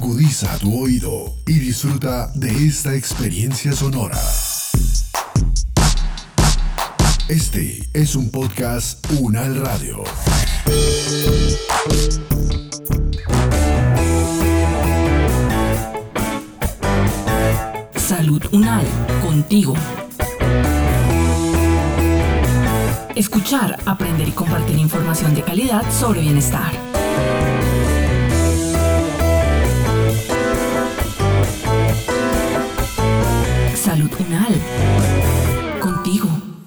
Agudiza tu oído y disfruta de esta experiencia sonora. Este es un podcast Unal Radio. Salud Unal, contigo. Escuchar, aprender y compartir información de calidad sobre bienestar. Salud Unal, contigo.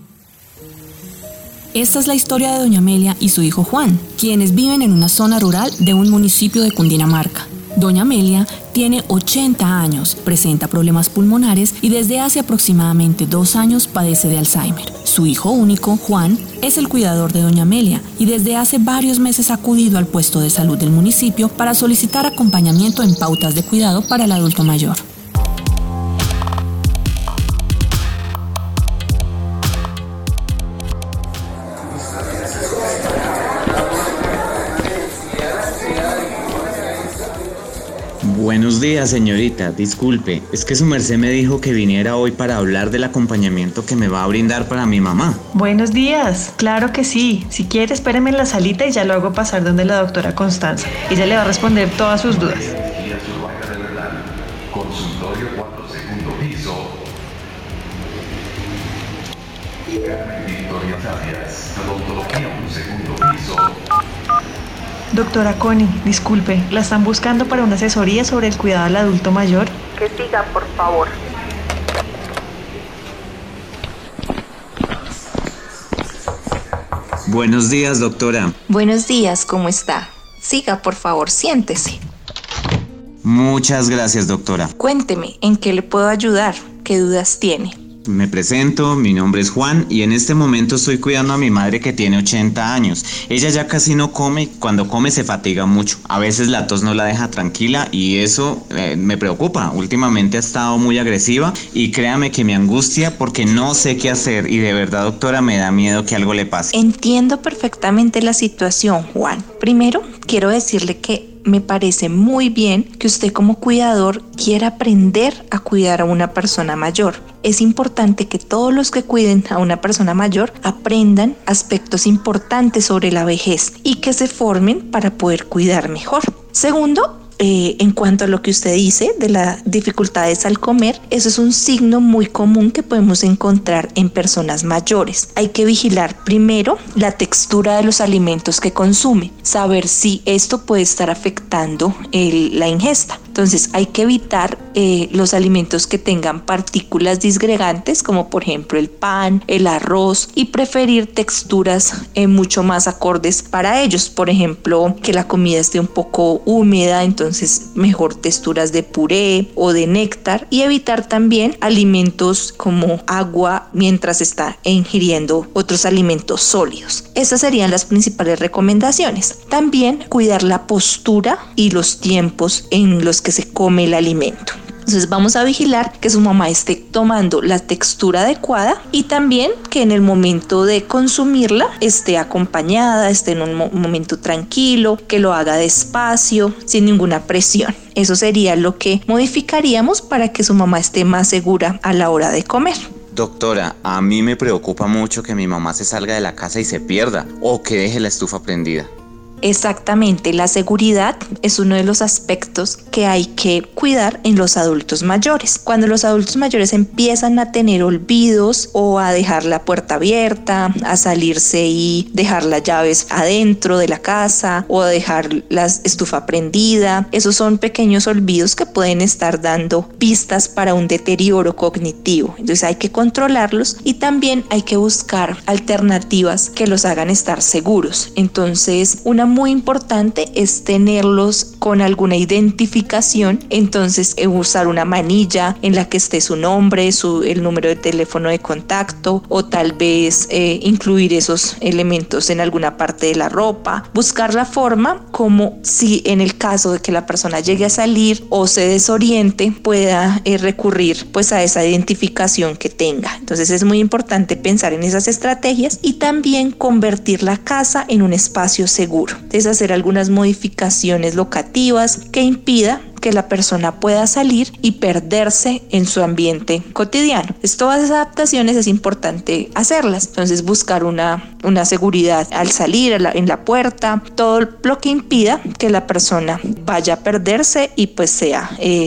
Esta es la historia de doña Amelia y su hijo Juan, quienes viven en una zona rural de un municipio de Cundinamarca. Doña Amelia tiene 80 años, presenta problemas pulmonares y desde hace aproximadamente 2 años padece de Alzheimer. Su hijo único, Juan, es el cuidador de doña Amelia y desde hace varios meses ha acudido al puesto de salud del municipio para solicitar acompañamiento en pautas de cuidado para el adulto mayor. Buenos días, señorita. Disculpe, es que su merced me dijo que viniera hoy para hablar del acompañamiento que me va a brindar para mi mamá. Buenos días, claro que sí. Si quiere, espéreme en la salita y ya lo hago pasar donde la doctora Constanza. Ella le va a responder todas sus dudas. Consultorio 4, segundo piso. Victoria Arias, odontología 1, segundo piso. Doctora Connie, disculpe, ¿la están buscando para una asesoría sobre el cuidado al adulto mayor? Que siga, por favor. Buenos días, doctora. Buenos días, ¿cómo está? Siga, por favor, siéntese. Muchas gracias, doctora. Cuénteme, ¿en qué le puedo ayudar? ¿Qué dudas tiene? Me presento, mi nombre es Juan y en este momento estoy cuidando a mi madre que tiene 80 años. Ella ya casi no come y cuando come se fatiga mucho. A veces la tos no la deja tranquila y eso me preocupa. Últimamente ha estado muy agresiva y créame que me angustia porque no sé qué hacer y de verdad, doctora, me da miedo que algo le pase. Entiendo perfectamente la situación, Juan. Primero, quiero decirle que me parece muy bien que usted como cuidador quiera aprender a cuidar a una persona mayor. Es importante que todos los que cuiden a una persona mayor aprendan aspectos importantes sobre la vejez y que se formen para poder cuidar mejor. Segundo, en cuanto a lo que usted dice de las dificultades al comer, eso es un signo muy común que podemos encontrar en personas mayores. Hay que vigilar primero la textura de los alimentos que consume, saber si esto puede estar afectando la ingesta. Entonces hay que evitar los alimentos que tengan partículas disgregantes, como por ejemplo el pan, el arroz, y preferir texturas mucho más acordes para ellos. Por ejemplo, que la comida esté un poco húmeda, entonces mejor texturas de puré o de néctar, y evitar también alimentos como agua mientras está ingiriendo otros alimentos sólidos. Esas serían las principales recomendaciones. También cuidar la postura y los tiempos en los que se come el alimento. Entonces vamos a vigilar que su mamá esté tomando la textura adecuada y también que en el momento de consumirla esté acompañada, esté en un momento tranquilo, que lo haga despacio, sin ninguna presión. Eso sería lo que modificaríamos para que su mamá esté más segura a la hora de comer. Doctora, a mí me preocupa mucho que mi mamá se salga de la casa y se pierda o que deje la estufa prendida. Exactamente, la seguridad es uno de los aspectos que hay que cuidar en los adultos mayores. Cuando los adultos mayores empiezan a tener olvidos o a dejar la puerta abierta, a salirse y dejar las llaves adentro de la casa o a dejar la estufa prendida, esos son pequeños olvidos que pueden estar dando pistas para un deterioro cognitivo. Entonces hay que controlarlos y también hay que buscar alternativas que los hagan estar seguros. Entonces, una muy importante es tenerlos con alguna identificación, entonces usar una manilla en la que esté su nombre, el número de teléfono de contacto, o tal vez incluir esos elementos en alguna parte de la ropa, buscar la forma como si en el caso de que la persona llegue a salir o se desoriente pueda recurrir pues a esa identificación que tenga. Entonces es muy importante pensar en esas estrategias y también convertir la casa en un espacio seguro. Es hacer algunas modificaciones locativas que impida que la persona pueda salir y perderse en su ambiente cotidiano. Entonces, todas esas adaptaciones es importante hacerlas. Entonces, buscar una seguridad al salir en la puerta, todo lo que impida que la persona vaya a perderse y pues sea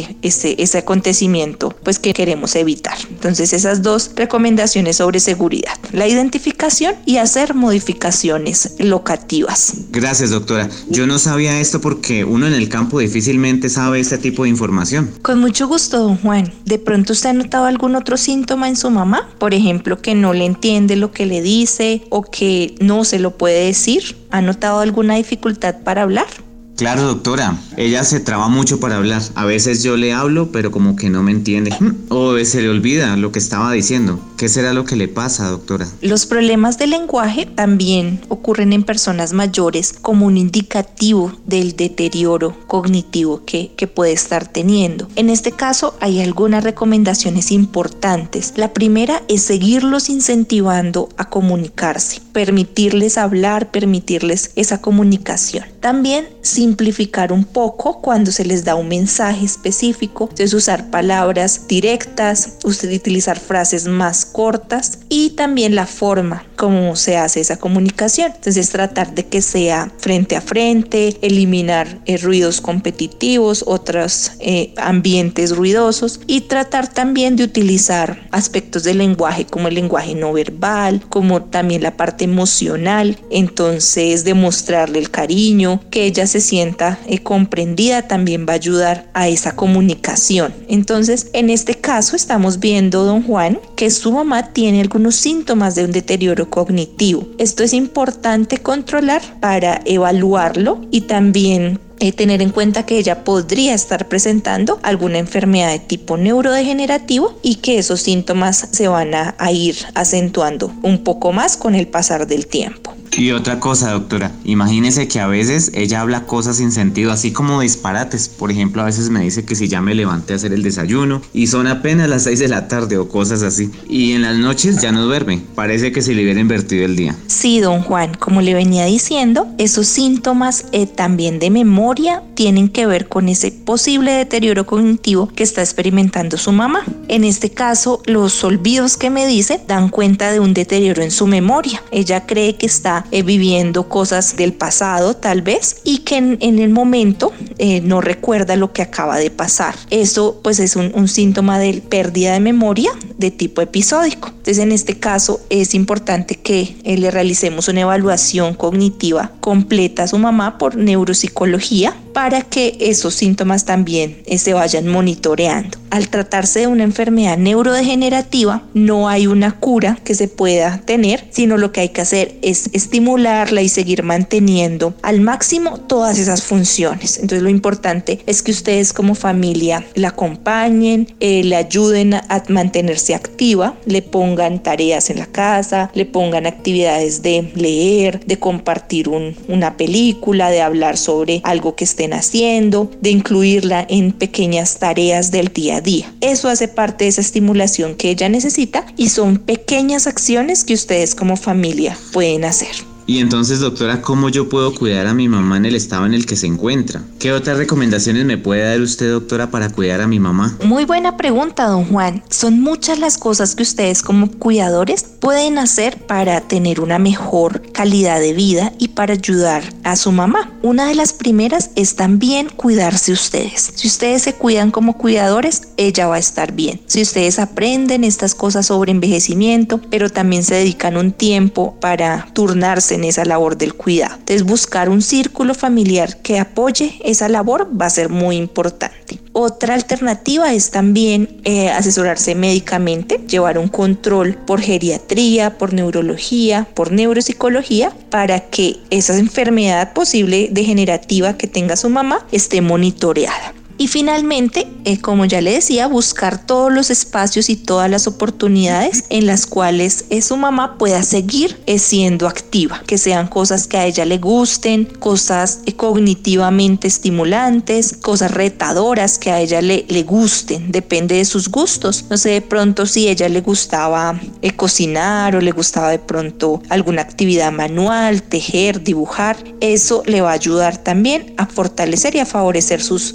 ese acontecimiento pues que queremos evitar. Entonces, esas dos recomendaciones sobre seguridad: la identificación y hacer modificaciones locativas. Gracias, doctora. Yo no sabía esto porque uno en el campo difícilmente sabe este tipo de información. Con mucho gusto, don Juan. ¿De pronto usted ha notado algún otro síntoma en su mamá? Por ejemplo, que no le entiende lo que le dice o que no se lo puede decir. ¿Ha notado alguna dificultad para hablar? Claro, doctora, ella se traba mucho para hablar. A veces yo le hablo, pero como que no me entiende. O se le olvida lo que estaba diciendo. ¿Qué será lo que le pasa, doctora? Los problemas de lenguaje también ocurren en personas mayores como un indicativo del deterioro cognitivo que puede estar teniendo. En este caso hay algunas recomendaciones importantes. La primera es seguirlos incentivando a comunicarse, permitirles hablar, permitirles esa comunicación. También simplificar un poco cuando se les da un mensaje específico, es usar palabras directas, utilizar frases más cortas y también la forma como se hace esa comunicación. Entonces, tratar de que sea frente a frente, eliminar ruidos competitivos, otros ambientes ruidosos, y tratar también de utilizar aspectos del lenguaje como el lenguaje no verbal, como también la parte emocional. Entonces, demostrarle el cariño, que ella se sienta comprendida, también va a ayudar a esa comunicación. Entonces, en este caso estamos viendo, don Juan, que su mamá tiene algunos síntomas de un deterioro cognitivo. Esto es importante controlar para evaluarlo y también tener en cuenta que ella podría estar presentando alguna enfermedad de tipo neurodegenerativo y que esos síntomas se van a ir acentuando un poco más con el pasar del tiempo. Y otra cosa, doctora, imagínese que a veces ella habla cosas sin sentido, así como disparates. Por ejemplo, a veces me dice que si ya me levanté a hacer el desayuno y son apenas las 6 de la tarde o cosas así. Y en las noches ya no duerme, parece que se le hubiera invertido el día. Sí, don Juan, como le venía diciendo, esos síntomas también de memoria tienen que ver con ese posible deterioro cognitivo que está experimentando su mamá. En este caso, los olvidos que me dice dan cuenta de un deterioro en su memoria. Ella cree que está viviendo cosas del pasado tal vez y que en el momento no recuerda lo que acaba de pasar. Eso pues es un síntoma de pérdida de memoria de tipo episódico. Entonces, en este caso es importante que le realicemos una evaluación cognitiva completa a su mamá por neuropsicología para que esos síntomas también se vayan monitoreando. Al tratarse de una enfermedad neurodegenerativa, no hay una cura que se pueda tener, sino lo que hay que hacer es estimularla y seguir manteniendo al máximo todas esas funciones. Entonces, lo importante es que ustedes como familia la acompañen, le ayuden a mantenerse activa, le pongan tareas en la casa, le pongan actividades de leer, de compartir una película, de hablar sobre algo que estén haciendo, de incluirla en pequeñas tareas del día a día. Eso hace parte de esa estimulación que ella necesita y son pequeñas acciones que ustedes como familia pueden hacer. Y entonces, doctora, ¿cómo yo puedo cuidar a mi mamá en el estado en el que se encuentra? ¿Qué otras recomendaciones me puede dar usted, doctora, para cuidar a mi mamá? Muy buena pregunta, don Juan. Son muchas las cosas que ustedes como cuidadores pueden hacer para tener una mejor calidad de vida y para ayudar a su mamá. Una de las primeras es también cuidarse ustedes. Si ustedes se cuidan como cuidadores, ella va a estar bien. Si ustedes aprenden estas cosas sobre envejecimiento, pero también se dedican un tiempo para turnarse en esa labor del cuidado. Entonces, buscar un círculo familiar que apoye esa labor va a ser muy importante. Otra alternativa es también asesorarse médicamente, llevar un control por geriatría, por neurología, por neuropsicología, para que esa enfermedad posible degenerativa que tenga su mamá esté monitoreada. Y finalmente, como ya le decía, buscar todos los espacios y todas las oportunidades en las cuales su mamá pueda seguir siendo activa, que sean cosas que a ella le gusten, cosas cognitivamente estimulantes, cosas retadoras que a ella le gusten, depende de sus gustos. No sé, de pronto si a ella le gustaba cocinar o le gustaba de pronto alguna actividad manual, tejer, dibujar, eso le va a ayudar también a fortalecer y a favorecer sus habilidades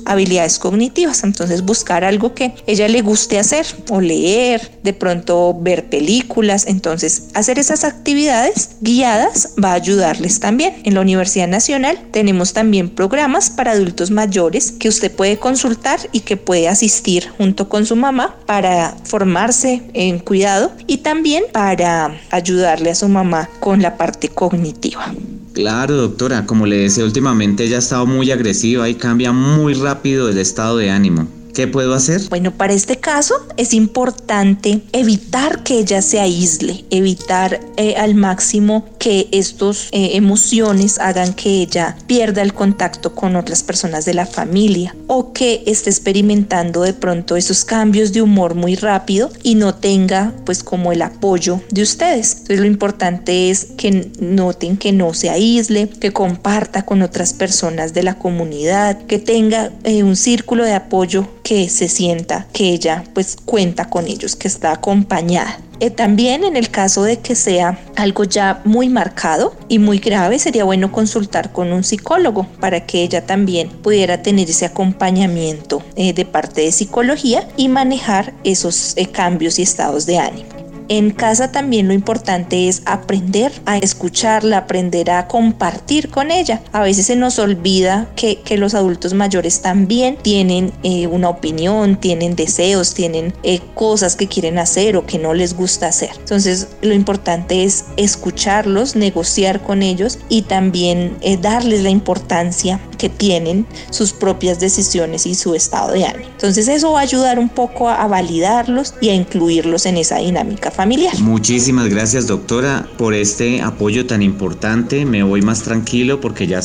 habilidades cognitivas. Entonces buscar algo que ella le guste hacer, o leer, de pronto ver películas. Entonces hacer esas actividades guiadas va a ayudarles también. En la Universidad Nacional tenemos también programas para adultos mayores que usted puede consultar y que puede asistir junto con su mamá para formarse en cuidado y también para ayudarle a su mamá con la parte cognitiva. Claro, doctora, como le decía, últimamente ella ha estado muy agresiva y cambia muy rápido el estado de ánimo. ¿Qué puedo hacer? Bueno, para este caso es importante evitar que ella se aísle, evitar al máximo que estos emociones hagan que ella pierda el contacto con otras personas de la familia o que esté experimentando de pronto esos cambios de humor muy rápido y no tenga pues como el apoyo de ustedes. Entonces lo importante es que noten que no se aísle, que comparta con otras personas de la comunidad, que tenga un círculo de apoyo, que se sienta que ella pues cuenta con ellos, que está acompañada. También en el caso de que sea algo ya muy marcado y muy grave, sería bueno consultar con un psicólogo para que ella también pudiera tener ese acompañamiento de parte de psicología y manejar esos cambios y estados de ánimo. En casa también lo importante es aprender a escucharla, aprender a compartir con ella. A veces se nos olvida que los adultos mayores también tienen una opinión, tienen deseos, tienen cosas que quieren hacer o que no les gusta hacer. Entonces lo importante es escucharlos, negociar con ellos y también darles la importancia que tienen sus propias decisiones y su estado de ánimo. Entonces eso va a ayudar un poco a validarlos y a incluirlos en esa dinámica familiar. Muchísimas gracias, doctora, por este apoyo tan importante. Me voy más tranquilo porque ya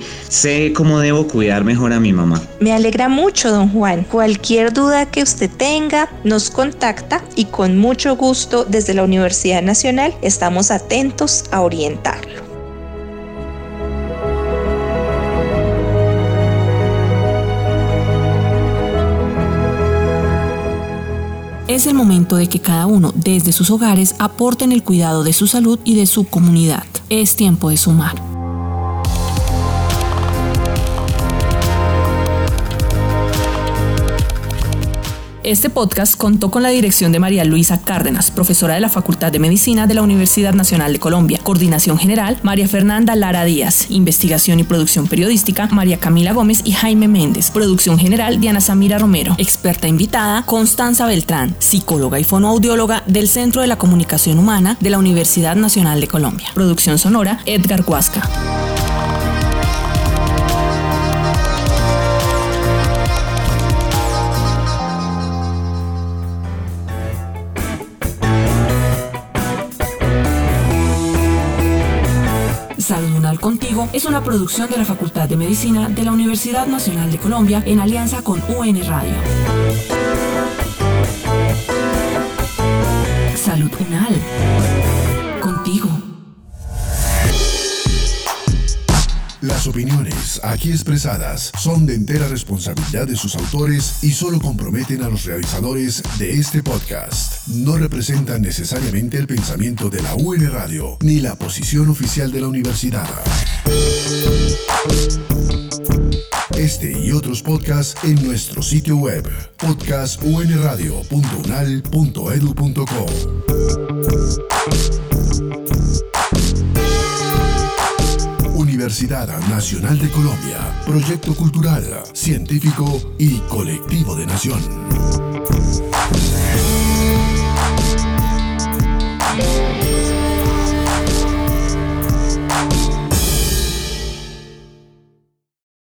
sé cómo debo cuidar mejor a mi mamá. Me alegra mucho, don Juan. Cualquier duda que usted tenga, nos contacta y con mucho gusto desde la Universidad Nacional estamos atentos a orientarlo. Es el momento de que cada uno, desde sus hogares, aporte en el cuidado de su salud y de su comunidad. Es tiempo de sumar. Este podcast contó con la dirección de María Luisa Cárdenas, profesora de la Facultad de Medicina de la Universidad Nacional de Colombia. Coordinación general, María Fernanda Lara Díaz. Investigación y producción periodística, María Camila Gómez y Jaime Méndez. Producción general, Diana Samira Romero. Experta invitada, Constanza Beltrán, psicóloga y fonoaudióloga del Centro de la Comunicación Humana de la Universidad Nacional de Colombia. Producción sonora, Edgar Huasca. Salud Unal Contigo es una producción de la Facultad de Medicina de la Universidad Nacional de Colombia en alianza con UN Radio. Salud Unal Contigo. Las opiniones aquí expresadas son de entera responsabilidad de sus autores y solo comprometen a los realizadores de este podcast. No representan necesariamente el pensamiento de la UN Radio ni la posición oficial de la universidad. Este y otros podcasts en nuestro sitio web podcastunradio.unal.edu.co. Universidad Nacional de Colombia, proyecto cultural, científico y colectivo de nación.